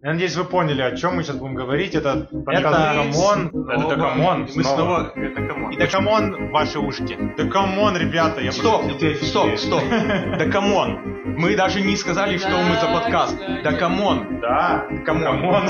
Я надеюсь, вы поняли, о чем мы сейчас будем говорить. Это подкаст Дакамон. Это Дакамон. Мы снова Дакамон. И Дакамон ваши ушки. Дакамон, ребята, я Стоп. Дакамон. Мы даже не сказали, что мы за подкаст. Дакамон. Да, Дакамон.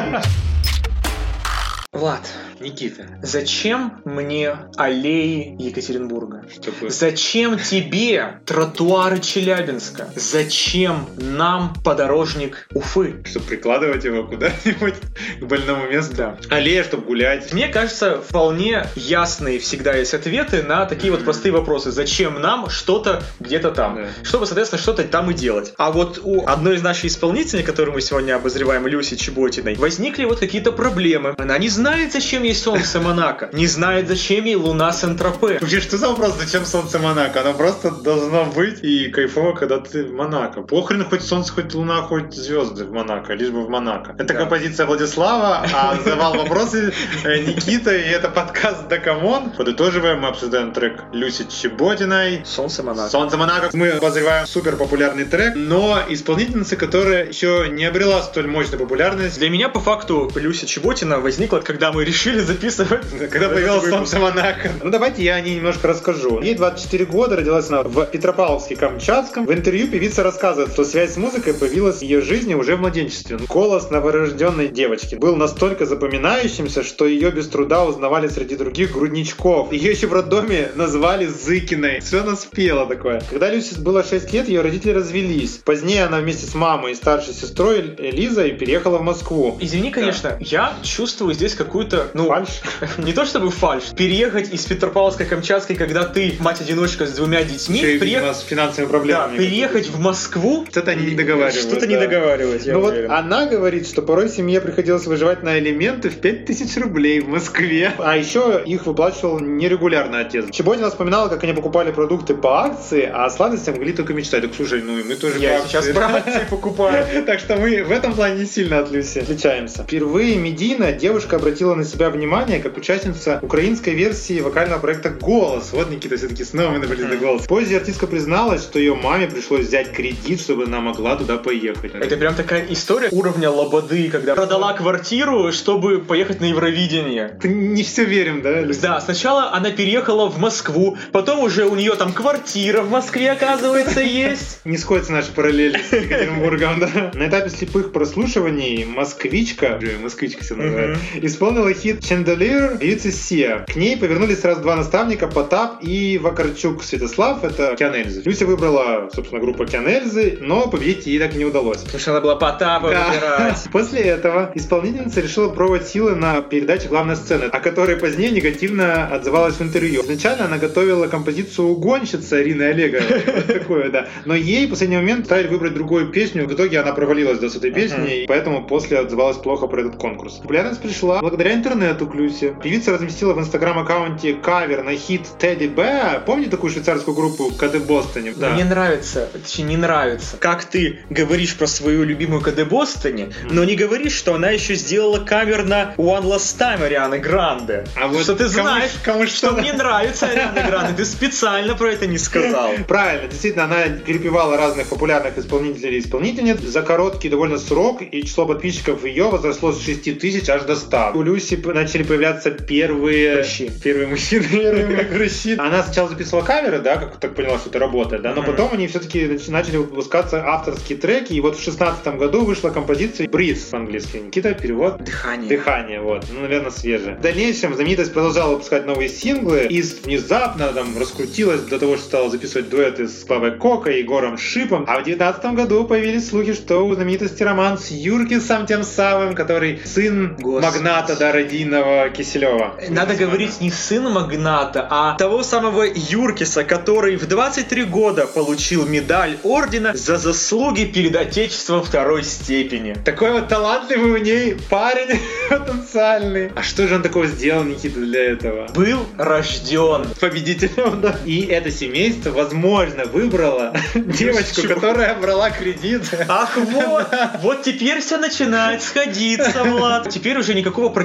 Влад, Никита, зачем мне аллеи Екатеринбурга? Чтобы... Зачем тебе тротуары Челябинска? Зачем нам подорожник Уфы? Чтобы прикладывать его куда-нибудь к больному месту. Да. Аллея, чтобы гулять. Мне кажется, вполне ясные всегда есть ответы на такие вот простые вопросы. Зачем нам что-то где-то там? Да. Чтобы, соответственно, что-то там и делать. А вот у одной из наших исполнителей, которую мы сегодня обозреваем, Люси Чеботиной, возникли вот какие-то проблемы. Она не знает, зачем ей солнце Монако. Не знает, зачем ей луна Сент-Тропе. Вообще, что за вопрос, зачем солнце Монако? Оно просто должно быть и кайфово, когда ты в Монако. Похрен хоть солнце, хоть луна, хоть звезды в Монако, лишь бы в Монако. Это композиция Владислава, а задавал вопросы Никита, и это подкаст Дакамон. Подытоживаем, мы обсуждаем трек Люси Чеботиной. Солнце Монако. Солнце Монако. Мы обозреваем супер популярный трек, но исполнительница, которая еще не обрела столь мощную популярность. Для меня, по факту, Люся Чеботина возникла, когда мы решили записывать. Когда появилась солнце Монако. Ну давайте я о ней немножко расскажу. Ей 24 года, родилась она в Петропавловске-Камчатском. В интервью певица рассказывает, что связь с музыкой появилась в ее жизни уже в младенчестве. Голос новорожденной девочки был настолько запоминающимся, что ее без труда узнавали среди других грудничков. Ее еще в роддоме назвали Зыкиной. Все она спела такое. Когда Люсе было 6 лет, ее родители развелись. Позднее она вместе с мамой и старшей сестрой Лизой переехала в Москву. Извини, конечно, я чувствую здесь какую-то, Фальшь? не то чтобы фальшь. Переехать из Петропавловска-Камчатской, когда ты мать-одиночка с 2 детьми, с финансовыми проблемами. переехать в Москву, Что-то они не договаривают. что-то не договаривать, я Ну вот уверен. она говорит, что порой семье приходилось выживать на элементы в 5000 рублей в Москве. А еще их выплачивал нерегулярно отец. Чеботина вспоминала, как они покупали продукты по акции, а о сладостях могли только мечтать. Так слушай, ну и мы тоже Я по сейчас акции. про акции покупаю. Так что мы в этом плане не сильно от Люси отличаемся. Впервые медийно девушка обратила на себя внимание как участница украинской версии вокального проекта «Голос». Вот, Никита, все-таки снова мы добрались до «Голоса». Позже артистка призналась, что ее маме пришлось взять кредит, чтобы она могла туда поехать. Это прям такая история уровня лободы, когда продала квартиру, чтобы поехать на Евровидение. Не все верим, да, Люся? Да, сначала она переехала в Москву, потом уже у нее там квартира в Москве, оказывается, есть. Не сходятся наши параллели с Екатеринбургом, да. На этапе слепых прослушиваний москвичка себя называют, исполнила хит «Chandelier» певицы Сиа. К ней повернулись сразу два наставника, Потап и Вакарчук Святослав, это Океан Эльзы. Люся выбрала, собственно, группу Океан Эльзы, но победить ей так и не удалось. Потому что она была Потапа выбирать. После этого исполнительница решила пробовать силы на передаче «Главная сцена», о которой позднее негативно отзывалась в интервью. Изначально она готовила композицию «Угонщица» Ирины Олеговой. Вот такое, да. Но ей в последний момент стали выбрать другую песню. В итоге она провалилась с этой песней, и поэтому после отзывалась плохо про этот конкурс. Популярность пришла благодаря интернету к Люсе. Певица разместила в инстаграм-аккаунте кавер на хит «Teddy Bear». Помните такую швейцарскую группу «КД Бостоне»? Да. Мне нравится, точнее не нравится, как ты говоришь про свою любимую КД Бостоне, но не говоришь, что она еще сделала кавер на One Last Time Арианы Гранде. А вот что ты знаешь, кому что мне нравится Ариана Гранде, ты специально про это не сказал. Правильно, действительно, она перепевала разных популярных исполнителей и исполнительниц за короткий довольно срок, и число подписчиков ее возросло с 6000 аж до 100. У Люси начали появляться первые мужчины, первые прыщи. Она сначала записывала каверы, да, как так поняла, что это работает, да, но потом они все-таки начали выпускаться авторские треки, и вот в 2016 году вышла композиция «Breathe» по-английски. Никита, перевод? Дыхание, вот. Ну, наверное, свежее. В дальнейшем знаменитость продолжала выпускать новые синглы, и внезапно там раскрутилась до того, что стала записывать дуэты с Клавой Кока и Егором Шипом. А в 2019 году появились слухи, что у знаменитости роман с Юркисом тем самым, который сын магната, да, родийного Киселева. Надо говорить не сын магната, а того самого Юркиса, который в 23 года получил медаль ордена за заслуги перед Отечеством второй степени. Такой вот талантливый у ней парень потенциальный. А что же он такого сделал, Никита, для этого? Был рожден Победителем, да. И это семейство, возможно, выбрало девочку, которая брала кредит. Ах, вот теперь все начинает сходиться, Влад. Теперь уже никакого противоречия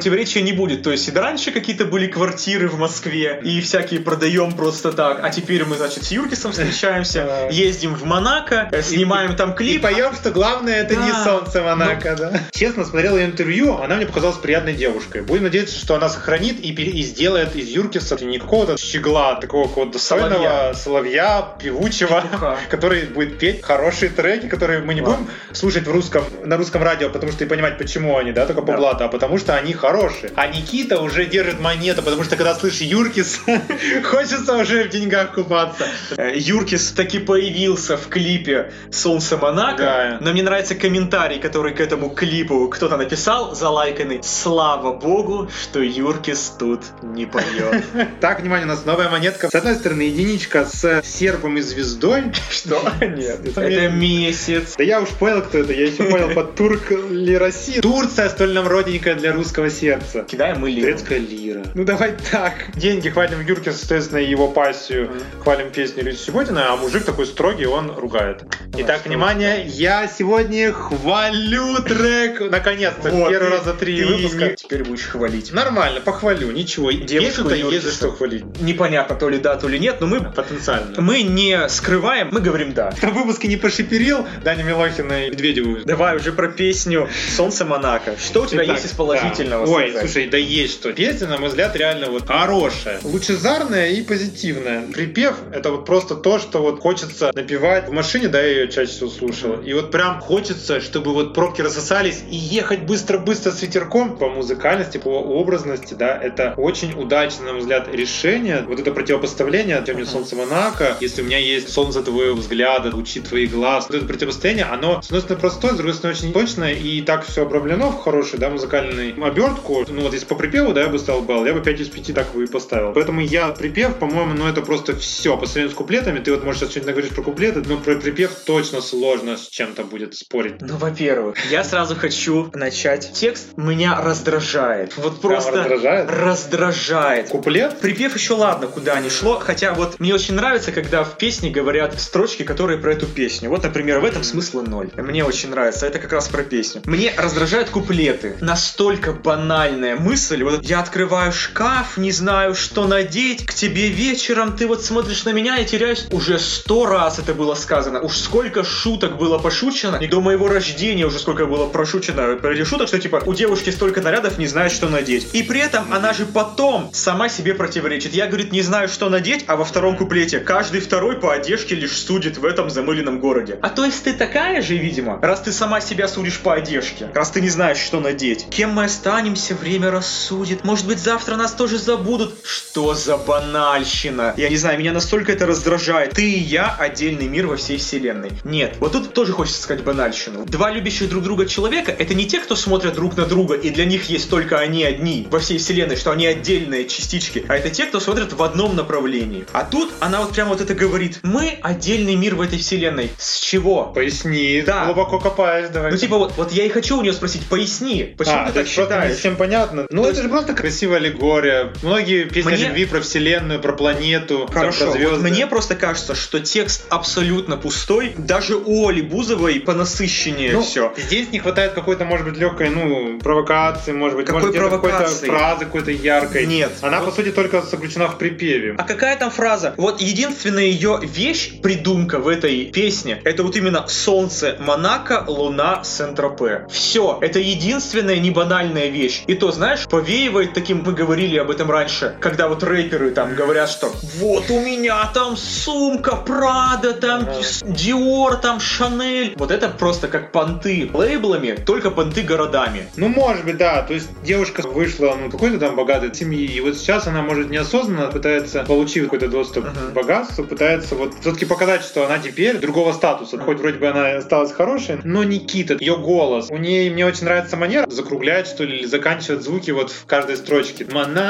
не будет. То есть и раньше какие-то были квартиры в Москве, и всякие продаем просто так. А теперь мы, значит, с Юркисом встречаемся, ездим в Монако, снимаем там клип. И поем, что главное это не солнце Монако, да? Честно, смотрел ее интервью, она мне показалась приятной девушкой. Будем надеяться, что она сохранит и сделает из Юркиса не какого-то щегла, такого какого-то достойного соловья, певучего, который будет петь хорошие треки, которые мы не будем слушать на русском радио, потому что и понимать, почему они, да, только по блату, а потому что они хорошие. А Никита уже держит монету, потому что когда слышишь Юркис, хочется уже в деньгах купаться. Юркис таки появился в клипе «Солнце Монако», но мне нравится комментарий, который к этому клипу кто-то написал, залайканный: «Слава богу, что Юркис тут не поет». Так, внимание, у нас новая монетка. С одной стороны, единичка с серпом и звездой. Что? Нет, это месяц. Да я уж понял, кто это. Я еще понял, под турк ли Россия. Турция столь нам родненькая для русского сердца. Кидаем мы лиру. Турецкая лира. Ну давай так. Деньги хвалим Юркиса, соответственно, его пассию. Хвалим песню Люси Чеботина, а мужик такой строгий, он ругает. Итак, внимание, я сегодня хвалю трек. Наконец-то, первый раз за 3 выпуска. Теперь будешь хвалить. Нормально, похвалю, ничего. Девушку-то есть за что хвалить. Непонятно, то ли да, то ли нет, но мы потенциально. Мы не скрываем, мы говорим да. В том выпуске не пошиперил Даня Милохина и Медведеву. Давай уже про песню «Солнце Монако». Что у тебя есть из положительного? Да. Ой, слушай, да есть что. Песня, на мой взгляд, реально вот хорошая. Лучезарная и позитивная. Припев — это вот просто то, что вот хочется напевать. В машине, да, я ее чаще всего слушал. И вот прям хочется, чтобы вот пробки рассосались и ехать быстро-быстро с ветерком. По музыкальности, по образности, да, это очень удачное, на мой взгляд, решение. Вот это противопоставление, чем мне «Солнце Монако», если у меня есть «Солнце твоего взгляда», «Лучи твоих глаз». Вот это противопоставление, оно, с одной стороны, простое, с другой стороны, очень точное, и так все обрамлено в хорошей, да, музыкальной обертку. Ну вот если по припеву, да, я бы ставил балл, я бы 5 из 5 так бы и поставил. Поэтому я припев, по-моему, ну это просто все. По сравнению с куплетами, ты вот можешь сейчас что-нибудь наговорить про куплеты, но про припев точно сложно с чем-то будет спорить. Ну, во-первых, я сразу хочу начать. Текст меня раздражает. Вот просто раздражает. Куплет? Припев еще ладно, куда ни шло, хотя вот мне очень нравится, когда в песне говорят строчки, которые про эту песню. Вот, например, в этом смысла 0. Мне очень нравится, это как раз про песню. Мне раздражают куплеты. Настолько банальная мысль. Вот я открываю шкаф, не знаю, что надеть, к тебе вечером, ты вот смотришь на меня и теряюсь. Уже 100 раз это было сказано. Уж сколько шуток было пошучено. И до моего рождения уже сколько было прошучено про эти шуток, что типа у девушки столько нарядов, не знает, что надеть. И при этом она же потом сама себе противоречит. Я, говорит, не знаю, что надеть, а во втором куплете каждый второй по одежке лишь судит в этом замыленном городе. А то есть ты такая же, видимо, раз ты сама себя судишь по одежке, раз ты не знаешь, что надеть. Кем мы останемся, время рассудит. Может быть, завтра нас тоже забудут. Что за банальщина? Я не знаю, меня настолько это раздражает. Ты и я отдельный мир во всей вселенной. Нет, вот тут тоже хочется сказать банальщину. Два любящих друг друга человека — это не те, кто смотрят друг на друга, и для них есть только они одни во всей вселенной, что они отдельные частички, а это те, кто смотрят в одном направлении. А тут она вот прямо вот это говорит: мы отдельный мир в этой вселенной. С чего? Поясни, да. Глубоко копаешь, давай. Ну типа вот я и хочу у нее спросить: поясни, почему ты так считаешь? Не всем понятно. Ну это же просто красивая аллегория. Многие песни о любви про вселенную, про планету, хорошо, про звезды. Вот мне просто кажется, что текст абсолютно пустой. Даже у Оли Бузовой понасыщеннее все. Здесь не хватает какой-то, может быть, легкой, провокации, может быть, какой-то фразы какой-то яркой. Нет. Она, по сути, только заключена в припеве. А какая там фраза? Вот единственная ее вещь, придумка в этой песне, это вот именно «Солнце Монако, луна Сент-Тропе». Все. Это единственная небанальная вещь. И то, знаешь, повеивает таким, мы говорили об этом раньше, когда вот рэперы там говорят, что вот у меня там сумка Прада, там Диор, там Шанель. Вот это просто как понты лейблами, только понты городами. Ну, может быть, да. То есть девушка вышла, какой-то там богатой семьи, и вот сейчас она, может, неосознанно пытается, получив какой-то доступ к богатству, пытается вот все-таки показать, что она теперь другого статуса. Хоть вроде бы она осталась хорошей, но Никита, ее голос, у нее, мне очень нравится манера закруглять, что ли, или заканчивать звуки вот в каждой строчке.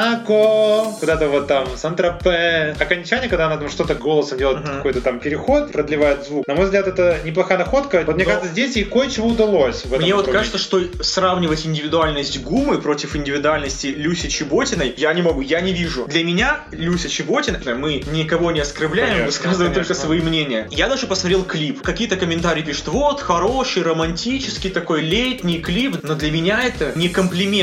Монако, куда-то вот там, Сан-Тропе. Окончание, когда она там что-то голосом делает, какой-то там переход, продлевает звук. На мой взгляд, это неплохая находка. Вот мне кажется, здесь ей кое-чего удалось. Мне вот кажется, что сравнивать индивидуальность Гумы против индивидуальности Люси Чеботиной я не могу, я не вижу. Для меня Люся Чеботина, мы никого не оскорбляем, высказываем только свои мнения. Я даже посмотрел клип. Какие-то комментарии пишут: вот, хороший, романтический такой летний клип, но для меня это не комплимент. По факту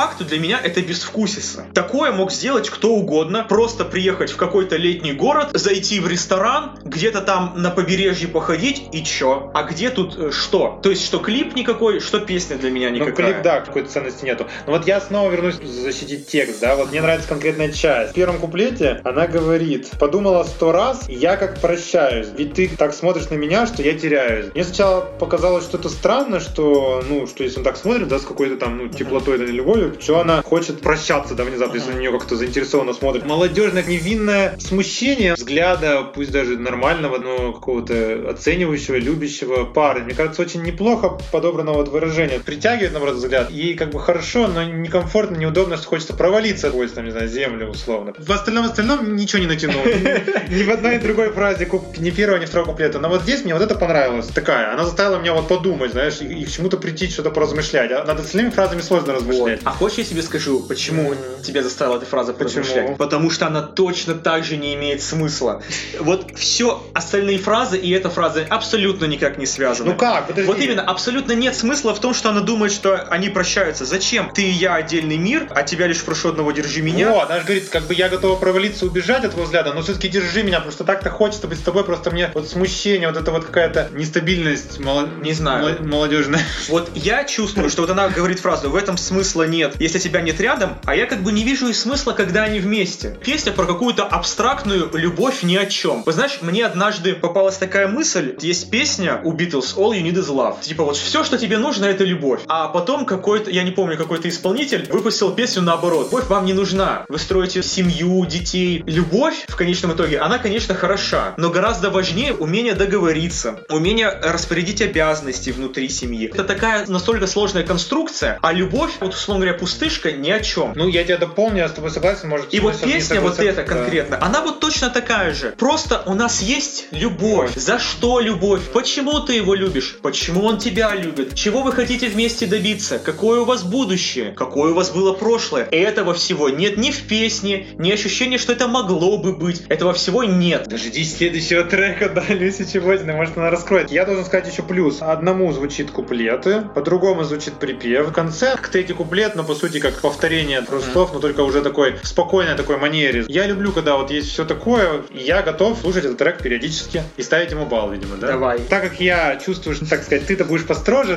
факту для меня это безвкусица. Такое мог сделать кто угодно. Просто приехать в какой-то летний город, зайти в ресторан, где-то там на побережье походить и чё? А где тут что? То есть, что клип никакой, что песня для меня никакая. Ну, клип, да, какой-то ценности нету. Но вот я снова вернусь защитить текст, да, вот мне нравится конкретная часть. В первом куплете она говорит: подумала 100 раз, я как прощаюсь, ведь ты так смотришь на меня, что я теряюсь. Мне сначала показалось, что это странно, что, ну, что если он так смотрит, да, с какой-то там, ну, теплотой или любовью, что она хочет прощаться, да, внезапно, если на нее как-то заинтересованно смотрит. Молодежное, невинное смущение взгляда, пусть даже нормального, но какого-то оценивающего, любящего пары. Мне кажется, очень неплохо подобрано вот выражение. Притягивает, наоборот, взгляд. Ей как бы хорошо, но некомфортно, неудобно, что хочется провалиться сквозь, там, не знаю, землю, условно. В остальном ничего не натянул. Ни в одной, ни в другой фразе, ни первого, ни второго куплета. Но вот здесь мне вот это понравилось. Такая, она заставила меня вот подумать, знаешь, и к чему-то прийти, что-то поразмышлять. А над остальными фразами сложно размышлять. А хочешь, я тебе скажу, почему тебя заставила эта фраза поразмышлять? Потому что она точно так же не имеет смысла. Вот все остальные фразы и эта фраза абсолютно никак не связаны. Ну как? Подожди. Вот именно, абсолютно нет смысла в том, что она думает, что они прощаются. Зачем? Ты и я отдельный мир, а тебя лишь прошу одного держи меня. Вот, она же говорит, как бы я готова провалиться, убежать от твоего взгляда, но все-таки держи меня, просто так-то хочется быть с тобой, просто мне вот смущение, вот это вот какая-то нестабильность не знаю. Молодежная. Вот я чувствую, что вот она говорит фразу: в этом смысла нет, если тебя нет рядом, а я как бы не вижу и смысла, когда они вместе. Песня про какую-то абстрактную любовь ни о чем. Вы знаешь, мне однажды попалась такая мысль, есть песня у Beatles All You Need Is Love. Типа вот все, что тебе нужно, это любовь. А потом какой-то, я не помню, какой-то исполнитель выпустил песню наоборот. Любовь вам не нужна. Вы строите семью, детей. Любовь, в конечном итоге, она, конечно, хороша, но гораздо важнее умение договориться, умение распорядить обязанности внутри семьи. Это такая настолько сложная конструкция, а любовь, вот, условно говоря, пустышка ни о чем. Ну, я тебя дополню, я с тобой согласен, может... И вот песня вот эта конкретно, она вот точно такая же. Просто у нас есть любовь. За что любовь? Почему ты его любишь? Почему он тебя любит? Чего вы хотите вместе добиться? Какое у вас будущее? Какое у вас было прошлое? Этого всего нет ни в песне, ни ощущения, что это могло бы быть. Этого всего нет. Дождись следующего трека, да, Люси Чеботина, может она раскроет. Я должен сказать еще плюс. Одному звучит куплеты, по-другому звучит припев. В конце третий куплет, но по сути как повторение слов, но только уже такой в спокойной такой манере. Я люблю, когда вот есть все такое, и я готов слушать этот трек периодически и ставить ему балл, видимо, да? Давай. Так как я чувствую, что, так сказать, ты-то будешь построже,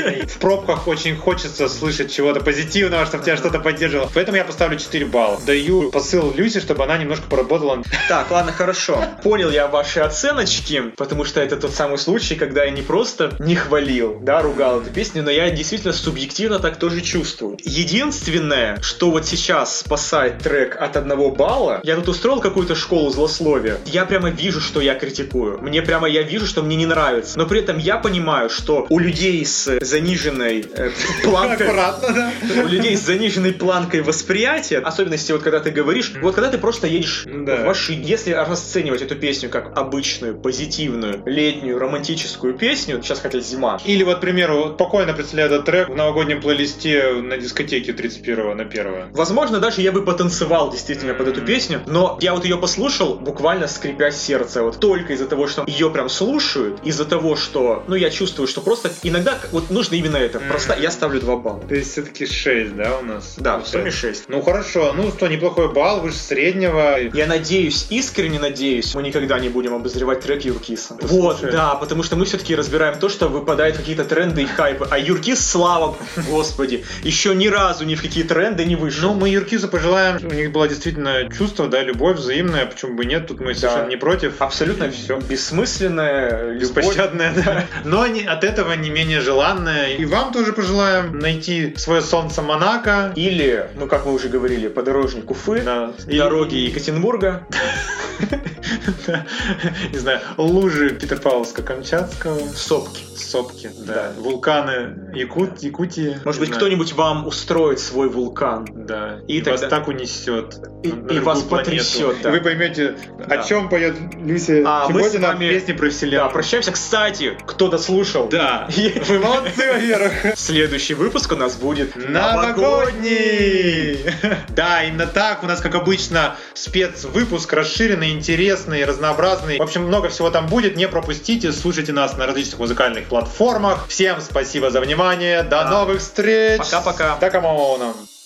в пробках очень хочется слышать чего-то позитивного, чтобы тебя что-то поддерживало. Поэтому я поставлю 4 балла. Даю посыл Люси, чтобы она немножко поработала. Так, ладно, хорошо. Понял я ваши оценочки, потому что это тот самый случай, когда я не просто не хвалил, да, ругал эту песню, но я действительно субъективно так тоже чувствую. Единственное, что вот сейчас спасает трек от 1 балла, я тут устроил какую-то школу злословия. Я прямо вижу, что я критикую. Я вижу, что мне не нравится. Но при этом я понимаю, что у людей с заниженной планкой... Аккуратно, да? У людей с заниженной планкой восприятия, особенности вот когда ты говоришь, вот когда ты просто едешь в машине, если расценивать эту песню как обычную, позитивную, летнюю, романтическую песню, сейчас хотя зима. Или вот, к примеру, спокойно представляю этот трек в новогоднем плейлисте на дискотеке 31 на 1. Возможно, даже я бы потанцевал действительно под эту песню, но я вот ее послушал, буквально скрипя сердце, вот только из-за того, что ее прям слушают, из-за того, что, ну, я чувствую, что просто иногда вот нужно именно это. Просто я ставлю 2 балла. То есть все-таки 6, да, у нас? Да, в сумме 6. Ну хорошо, ну что, неплохой балл, выше среднего. Я надеюсь, искренне надеюсь, мы никогда не будем обозревать трек Юркиса. Вот, да, потому что мы все-таки разбираем то, что выпадают какие-то тренды и хайпы. А Юркис, слава господи, еще ни разу ни в какие тренды не вышел. Ну, мы Юркису пожелаем, у них было действительно чувство, да, любовь взаимная, почему бы нет, тут мы совершенно не против. Абсолютно все. Бессмысленная, беспощадная, да. Но от этого не менее желанная. И вам тоже пожелаем найти свое солнце Монако. Или, ну, как мы уже говорили, подорожник Уфы, дороги Екатеринбурга. Не знаю, лужи Петропавловска-Камчатского. Сопки, да. Вулканы Якутии. Может быть, кто-нибудь вам устроит свой вулкан. Да. И вас так унесет. И вас потрясет. Вы поймете, о чем поет Люся Чеботина в песне про Вселенную. Да, прощаемся. Кстати, кто дослушал. Да. Вы молодцы, во-первых. Следующий выпуск у нас будет новогодний. Да, именно так. У нас, как обычно, спецвыпуск расширенный, интересный, разнообразный. В общем, много всего там будет. Не пропустите. Слушайте нас на различных музыкальных платформах. Всем спасибо за внимание. До новых встреч. Пока-пока. Такамоуном.